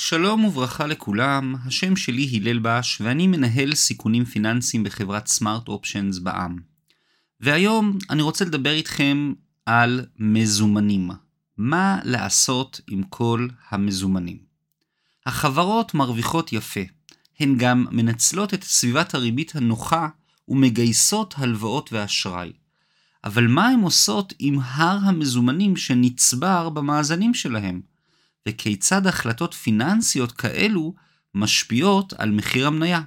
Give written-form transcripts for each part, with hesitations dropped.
שלום וברכה לכולם, השם שלי הלל בש ואני מנהל סיכונים פיננסיים בחברת סמארט אופשנס בע"מ. והיום אני רוצה לדבר איתכם על מזומנים. מה לעשות עם כל המזומנים? החברות מרוויחות יפה, הן גם מנצלות את סביבת הריבית הנוחה ומגייסות הלוואות ואשראי. אבל מה הן עושות עם הר המזומנים שנצבר במאזנים שלהם? וכיצד החלטות פיננסיות כאלו משפיעות על מחיר המניה?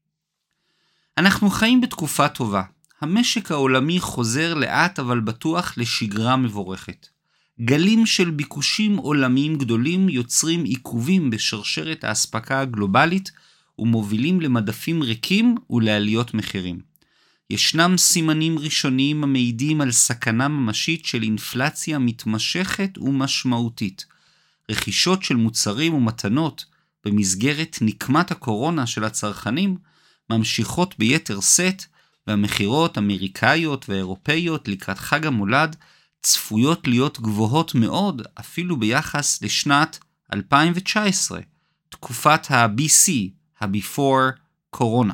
אנחנו חיים בתקופה טובה. המשק העולמי חוזר לאט אבל בטוח לשגרה מבורכת. גלים של ביקושים עולמיים גדולים יוצרים עיכובים בשרשרת האספקה הגלובלית ומובילים למדפים ריקים ולעליות מחירים. ישנם סימנים ראשוניים המעידים על סכנה ממשית של אינפלציה מתמשכת ומשמעותית. רכישות של מוצרים ומתנות במסגרת נקמת הקורונה של הצרכנים ממשיכות ביתר סט, והמחירות אמריקאיות ואירופאיות לקראת חג המולד צפויות להיות גבוהות מאוד אפילו ביחס לשנת 2019, תקופת ה-BC, ה-Before Corona.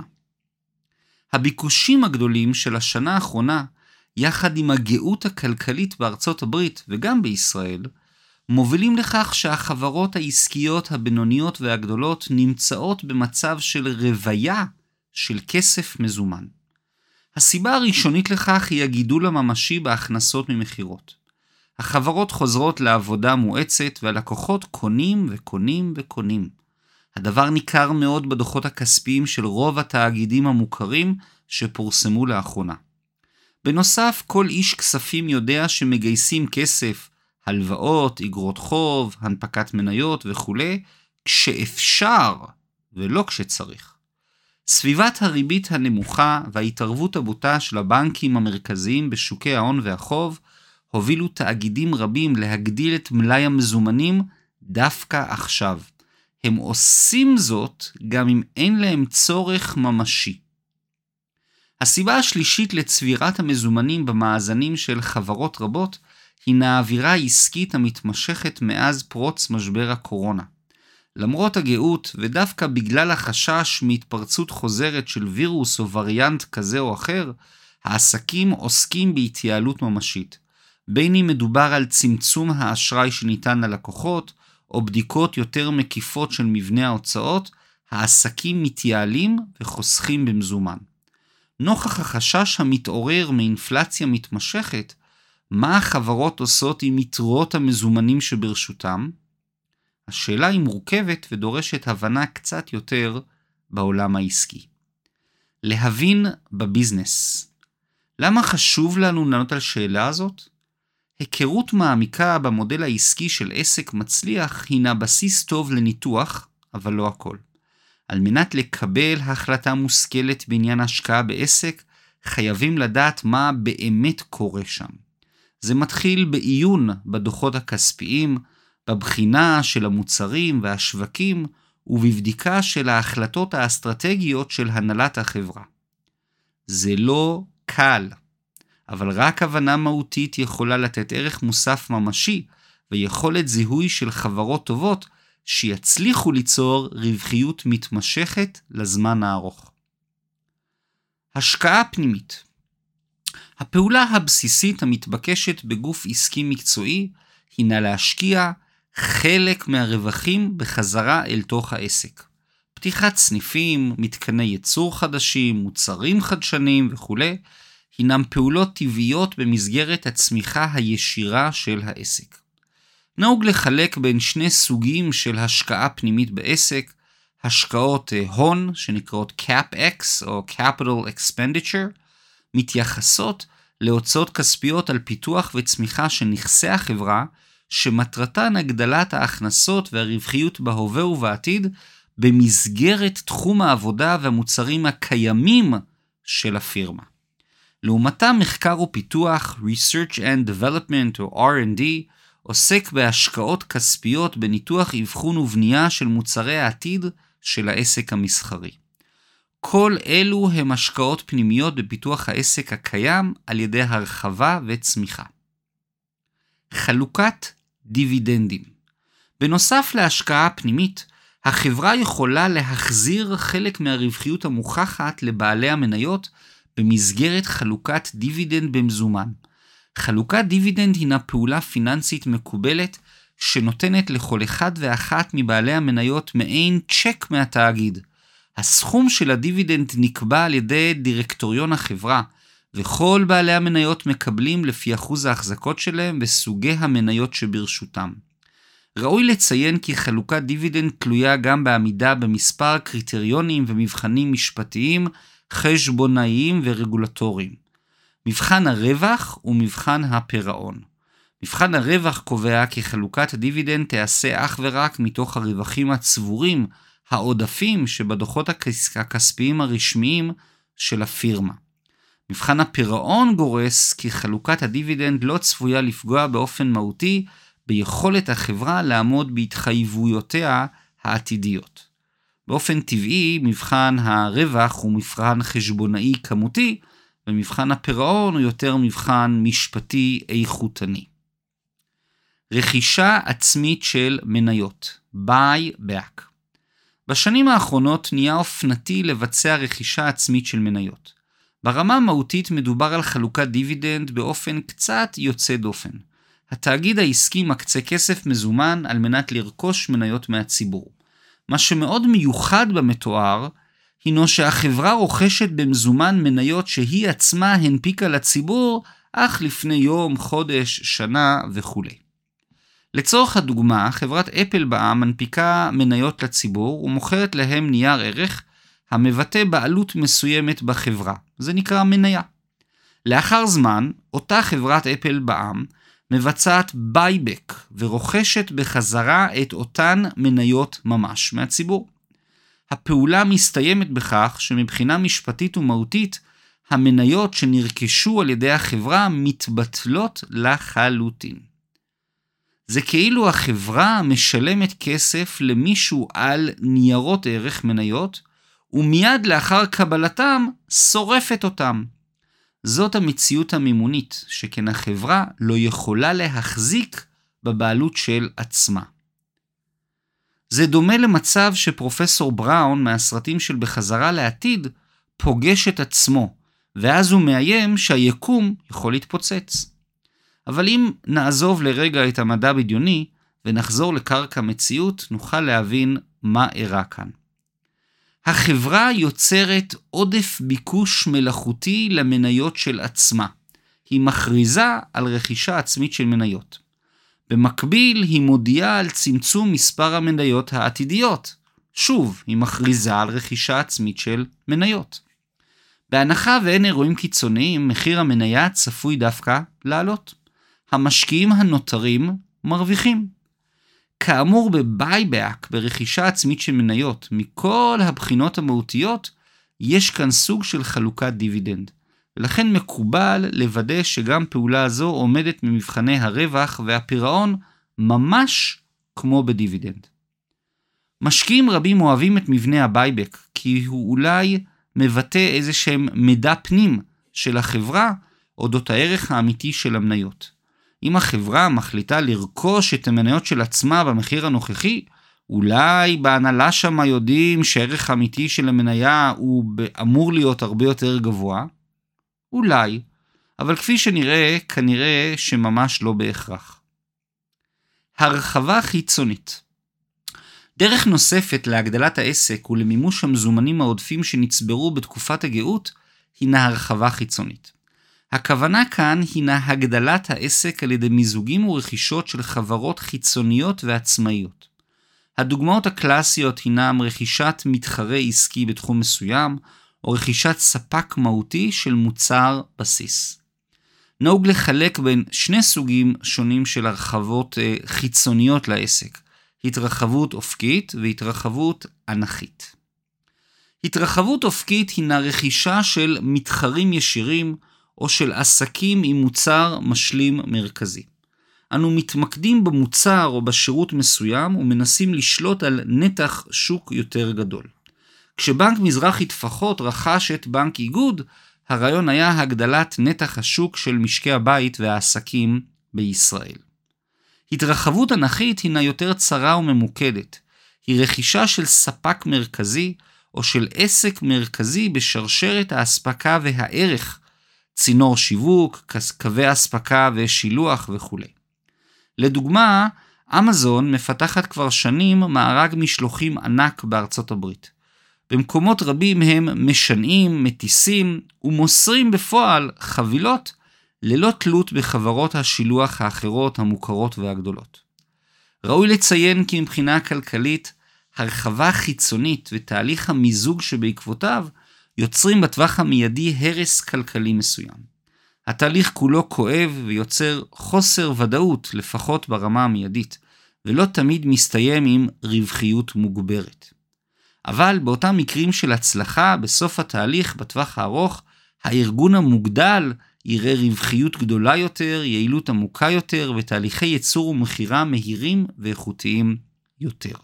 הביקושים הגדולים של השנה האחרונה, יחד עם הגאות הכלכלית בארצות הברית וגם בישראל, מובילים לכך שהחברות העסקיות הבינוניות והגדולות נמצאות במצב של רוויה של כסף מזומן. הסיבה הראשונית לכך היא הגידול הממשי בהכנסות ממחירות. החברות חוזרות לעבודה מואצת והלקוחות קונים וקונים וקונים. הדבר ניכר מאוד בדוחות הכספיים של רוב התאגידים המוכרים שפורסמו לאחרונה. בנוסף, כל איש כספים יודע שמגייסים כסף, הלוואות, אגרות חוב, הנפקת מניות וכו', כשאפשר ולא כשצריך. סביבת הריבית הנמוכה וההתערבות הבוטה של הבנקים המרכזיים בשוקי ההון והחוב הובילו תאגידים רבים להגדיל את מלאי המזומנים דווקא עכשיו. הם עושים זאת גם אם אין להם צורך ממשי. הסיבה השלישית לצבירת המזומנים במאזנים של חברות רבות הינה האווירה העסקית המתמשכת מאז פרוץ משבר הקורונה. למרות הגאות ודווקא בגלל החשש מהתפרצות חוזרת של וירוס או וריאנט כזה או אחר, העסקים עוסקים בהתייעלות ממשית. בין אם מדובר על צמצום האשראי שניתן ללקוחות, או בדיקות יותר מקיפות של מבנה ההוצאות, העסקים מתייעלים וחוסכים במזומן. נוכח החשש המתעורר מאינפלציה מתמשכת, מה החברות עושות עם יתרות המזומנים שברשותם? השאלה היא מורכבת ודורשת הבנה קצת יותר בעולם העסקי. להבין בביזנס. למה חשוב לנו לענות על שאלה הזאת? היכרות מעמיקה במודל העסקי של עסק מצליח הינה בסיס טוב לניתוח, אבל לא הכל. על מנת לקבל החלטה מושכלת בעניין השקעה בעסק, חייבים לדעת מה באמת קורה שם. זה מתחיל בעיון בדוחות הכספיים, בבחינה של המוצרים והשווקים, ובבדיקה של ההחלטות האסטרטגיות של הנהלת החברה. זה לא קל, אבל רק הבנה מהותית יכולה לתת ערך מוסף ממשי, ויכולת זיהוי של חברות טובות שיצליחו ליצור רווחיות מתמשכת לזמן הארוך. השקעה פנימית. הפעולה הבסיסית המתבקשת בגוף עסקי מקצועי הינה להשקיע חלק מהרווחים בחזרה אל תוך העסק. פתיחת סניפים, מתקני ייצור חדשים, מוצרים חדשניים וכו', הינם פעולות טבעיות במסגרת הצמיחה הישירה של העסק. נהוג לחלק בין שני סוגים של השקעה פנימית בעסק, השקעות הון שנקראות CapEx או Capital Expenditure, מתייחסות להוצאות כספיות על פיתוח וצמיחה של נכסי החברה, שמטרתן הגדלת ההכנסות והרווחיות בהווה ובעתיד במסגרת תחום העבודה והמוצרים הקיימים של הפירמה. לעומתם מחקר ופיתוח, Research and Development או R&D, עוסק בהשקעות כספיות בניתוח אבחון ובנייה של מוצרי העתיד של העסק המסחרי. כל אלו הם השקעות פנימיות בפיתוח העסק הקיים על ידי הרחבה וצמיחה. חלוקת דיבידנדים. בנוסף להשקעה הפנימית, החברה יכולה להחזיר חלק מהרווחיות המוכחת לבעלי המניות במסגרת חלוקת דיבידנד במזומן. חלוקת דיבידנד הינה פעולה פיננסית מקובלת שנותנת לכל אחד ואחת מבעלי המניות מעין צ'ק מהתאגיד. הסכום של הדיבידנד נקבע על ידי דירקטוריון החברה, וכל בעלי המניות מקבלים לפי אחוז ההחזקות שלהם וסוגי המניות שברשותם. ראוי לציין כי חלוקת דיבידנד תלויה גם בעמידה במספר קריטריונים ומבחנים משפטיים, חשבונאיים ורגולטוריים. מבחן הרווח ומבחן הפירעון. מבחן הרווח קובע כי חלוקת הדיבידנד תיעשה אך ורק מתוך הרווחים הצבורים, העודפים שבדוחות הכספיים הרשמיים של הפירמה. מבחן הפירעון גורס כי חלוקת הדיבידנד לא צפויה לפגוע באופן מהותי ביכולת החברה לעמוד בהתחייבויותיה העתידיות. באופן טבעי, מבחן הרווח הוא מבחן חשבונאי כמותי, ומבחן הפירעון הוא יותר מבחן משפטי איכותני. רכישה עצמית של מניות, buy back. בשנים האחרונות נהיה אופנתי לבצע רכישה עצמית של מניות. ברמה המהותית מדובר על חלוקת דיבידנד באופן קצת יוצא דופן. התאגיד העסקי מקצה כסף מזומן על מנת לרכוש מניות מהציבור. מה שמאוד מיוחד במתואר, הינו שהחברה רוכשת במזומן מניות שהיא עצמה הנפיקה לציבור, אך לפני יום, חודש, שנה וכו'. לצורך הדוגמה, חברת אפל בע"מ מנפיקה מניות לציבור ומוכרת להם נייר ערך המבטא בעלות מסוימת בחברה. זה נקרא מניה. לאחר זמן, אותה חברת אפל בע"מ מבצעת בייבק ורוכשת בחזרה את אותן מניות ממש מהציבור. הפעולה מסתיימת בכך שמבחינה משפטית ומהותית, המניות שנרכשו על ידי החברה מתבטלות לחלוטין. זה כאילו החברה משלמת כסף למישהו על ניירות ערך מניות, ומיד לאחר קבלתם שורפת אותם. זאת המציאות המימונית, שכן החברה לא יכולה להחזיק בבעלות של עצמה. זה דומה למצב שפרופסור בראון מהסרטים של בחזרה לעתיד פוגש את עצמו, ואז הוא מאיים שהיקום יכול להתפוצץ. אבל אם נעזוב לרגע את המדע בדיוני ונחזור לקרקע מציאות, נוכל להבין מה אירע כאן. החברה יוצרת עודף ביקוש מלאכותי למניות של עצמה. היא מכריזה על רכישה עצמית של מניות. במקביל היא מודיעה על צמצום מספר המניות העתידיות. שוב, היא מכריזה על רכישה עצמית של מניות. בהנחה ואין אירועים קיצוניים, מחיר המניה צפוי דווקא לעלות. המשקיעים הנותרים מרוויחים. כאמור בבייבק, ברכישה עצמית של מניות, מכל הבחינות המהותיות, יש כאן סוג של חלוקת דיבידנד. ולכן מקובל לוודא שגם פעולה זו עומדת ממבחני הרווח והפירעון ממש כמו בדיבידנד. משקיעים רבים אוהבים את מבנה הבייבק, כי הוא אולי מבטא איזשהם מידע פנים של החברה, אודות הערך האמיתי של המניות. אם החברה מחליטה לרכוש את המניות של עצמה במחיר הנוכחי, אולי בהנהלה שמה יודעים שערך האמיתי של המניה הוא אמור להיות הרבה יותר גבוה, אולי, אבל כפי שנראה, כנראה שממש לא בהכרח. הרחבה חיצונית. דרך נוספת להגדלת העסק ולמימוש המזומנים העודפים שנצברו בתקופת הגאות, הינה הרחבה חיצונית. הכוונה כאן הינה הגדלת העסק על ידי מיזוגים ורכישות של חברות חיצוניות ועצמאיות. הדוגמאות הקלאסיות הינם רכישת מתחרה עסקי בתחום מסוים, או רכישת ספק מהותי של מוצר בסיס. נהוג לחלק בין שני סוגים שונים של הרחבות חיצוניות לעסק, התרחבות אופקית והתרחבות אנכית. התרחבות אופקית הינה רכישה של מתחרים ישירים או של עסקים עם מוצר משלים מרכזי. אנו מתמקדים במוצר או בשירות מסוים ומנסים לשלוט על נתח שוק יותר גדול. כשבנק מזרחי טפחות רכש את בנק איגוד, הרעיון היה הגדלת נתח השוק של משקי הבית והעסקים בישראל. התרחבות אנכית הינה יותר צרה וממוקדת. היא רכישה של ספק מרכזי או של עסק מרכזי בשרשרת האספקה והערך, צינור שיווק, קווי אספקה ושילוח וכו'. לדוגמה, אמזון מפתחת כבר שנים מארג משלוחים ענק בארצות הברית. במקומות רבים הם משנעים, מטיסים ומוסרים בפועל חבילות ללא תלות בחברות השילוח האחרות המוכרות והגדולות. ראוי לציין כי מבחינה כלכלית, הרחבה חיצונית ותהליך המיזוג שבעקבותיו יוצרים בטווח המיידי הרס כלכלי מסוים. התהליך כולו כואב ויוצר חוסר ודאות לפחות ברמה המיידית, ולא תמיד מסתיים עם רווחיות מוגברת. אבל באותם מקרים של הצלחה בסוף התהליך בטווח הארוך, הארגון המוגדל יראה רווחיות גדולה יותר, יעילות עמוקה יותר ותהליכי ייצור ומחירה מהירים ואיכותיים יותר.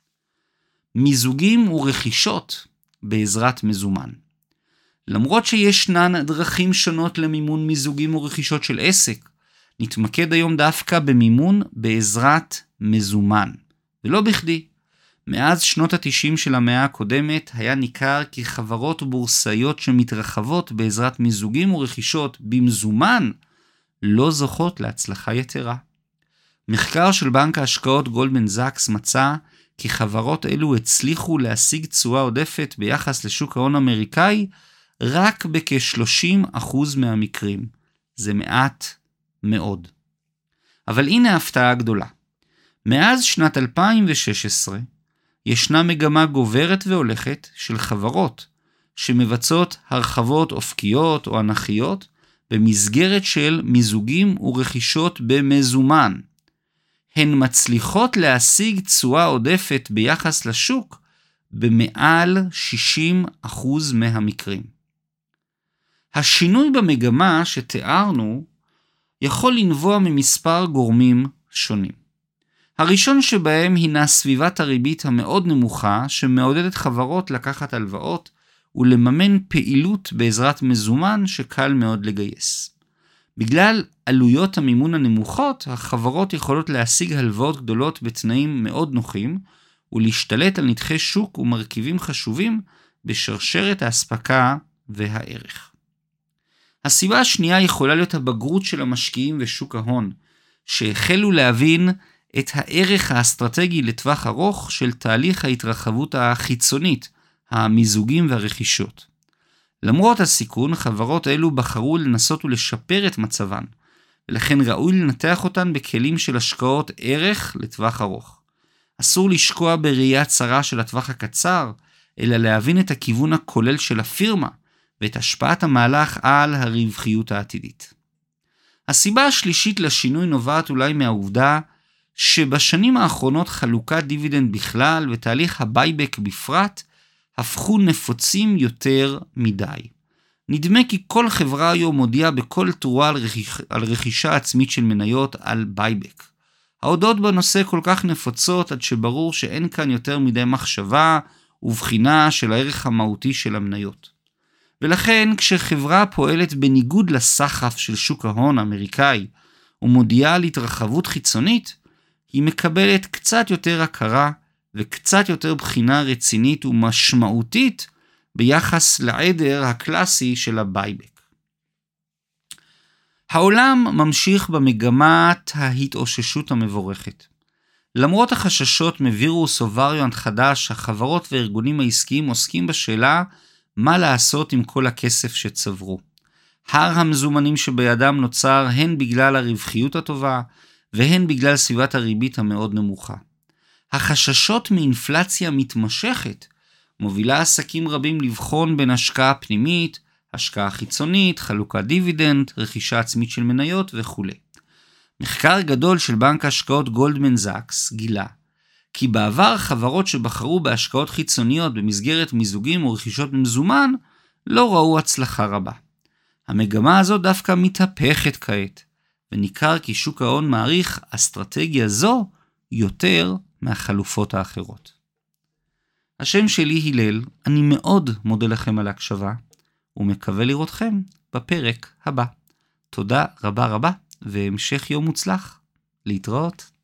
מיזוגים ורכישות בעזרת מזומן. למרות שישנן דרכים שונות למימון מיזוגים ורכישות של עסק, נתמקד היום דווקא במימון בעזרת מזומן. ולא בכדי. מאז שנות ה-90 של המאה הקודמת היה ניכר כי חברות בורסאיות שמתרחבות בעזרת מיזוגים ורכישות במזומן לא זוכות להצלחה יתרה. מחקר של בנק ההשקעות גולדמן זאקס מצא כי חברות אלו הצליחו להשיג תשואה עודפת ביחס לשוק ההון האמריקאי רק בכ-30% מהמקרים. זה מעט מאוד. אבל הנה ההפתעה הגדולה. מאז שנת 2016 ישנה מגמה גוברת והולכת של חברות שמבצעות הרחבות אופקיות או אנכיות במסגרת של מיזוגים ורכישות במזומן. הן מצליחות להשיג תשואה עודפת ביחס לשוק במעל 60% מהמקרים. השינוי במגמה שתיארנו יכול לנבוע ממספר גורמים שונים. הראשון שבהם הינה סביבת הריבית המאוד נמוכה שמעודדת חברות לקחת הלוואות ולממן פעילות בעזרת מזומן שקל מאוד לגייס. בגלל עלויות המימון הנמוכות, החברות יכולות להשיג הלוואות גדולות בתנאים מאוד נוחים ולהשתלט על נתחי שוק ומרכיבים חשובים בשרשרת האספקה והערך. הסיבה השנייה יכולה להיות הבגרות של המשקיעים ושוק ההון, שהחלו להבין את הערך האסטרטגי לטווח ארוך של תהליך ההתרחבות החיצונית, המיזוגים והרכישות. למרות הסיכון, חברות אלו בחרו לנסות ולשפר את מצבן, ולכן ראוי לנתח אותן בכלים של השקעות ערך לטווח ארוך. אסור לשקוע בראייה צרה של הטווח הקצר, אלא להבין את הכיוון הכולל של הפירמה, ואת השפעת המהלך על הרווחיות העתידית. הסיבה השלישית לשינוי נובעת אולי מהעובדה שבשנים האחרונות חלוקת דיבידנד בכלל ותהליך הבייבק בפרט הפכו נפוצים יותר מדי. נדמה כי כל חברה היום מודיעה בכל תרועה על רכישה עצמית של מניות על בייבק. ההודעות בנושא כל כך נפוצות עד שברור שאין כאן יותר מדי מחשבה ובחינה של הערך המהותי של המניות. ולכן כשחברה פועלת בניגוד לסחף של שוק ההון האמריקאי ומודיעה על התרחבות חיצונית, היא מקבלת קצת יותר הכרה וקצת יותר בחינה רצינית ומשמעותית ביחס לעדר הקלאסי של הבייבק. העולם ממשיך במגמת ההתאוששות המבורכת. למרות החששות מווירוס או וריאנט חדש, החברות והארגונים העסקיים עוסקים בשאלה מה לעשות עם כל הכסף שצברו. הר המזומנים שבידם נוצר הן בגלל הרווחיות הטובה והן בגלל סביבת הריבית המאוד נמוכה. החששות מאינפלציה מתמשכת מובילה עסקים רבים לבחון בין השקעה פנימית, השקעה חיצונית, חלוקת דיבידנד, רכישה עצמית של מניות וכו'. מחקר גדול של בנק ההשקעות גולדמן זאקס גילה כי בעבר חברות שבחרו בהשקעות חיצוניות במסגרת מיזוגים או רכישות במזומן לא ראו הצלחה רבה. המגמה הזו דווקא מתהפכת כעת, וניכר כי שוק ההון מעריך אסטרטגיה זו יותר מהחלופות האחרות. השם שלי הלל, אני מאוד מודה לכם על ההקשבה, ומקווה לראותכם בפרק הבא. תודה רבה רבה, והמשך יום מוצלח. להתראות.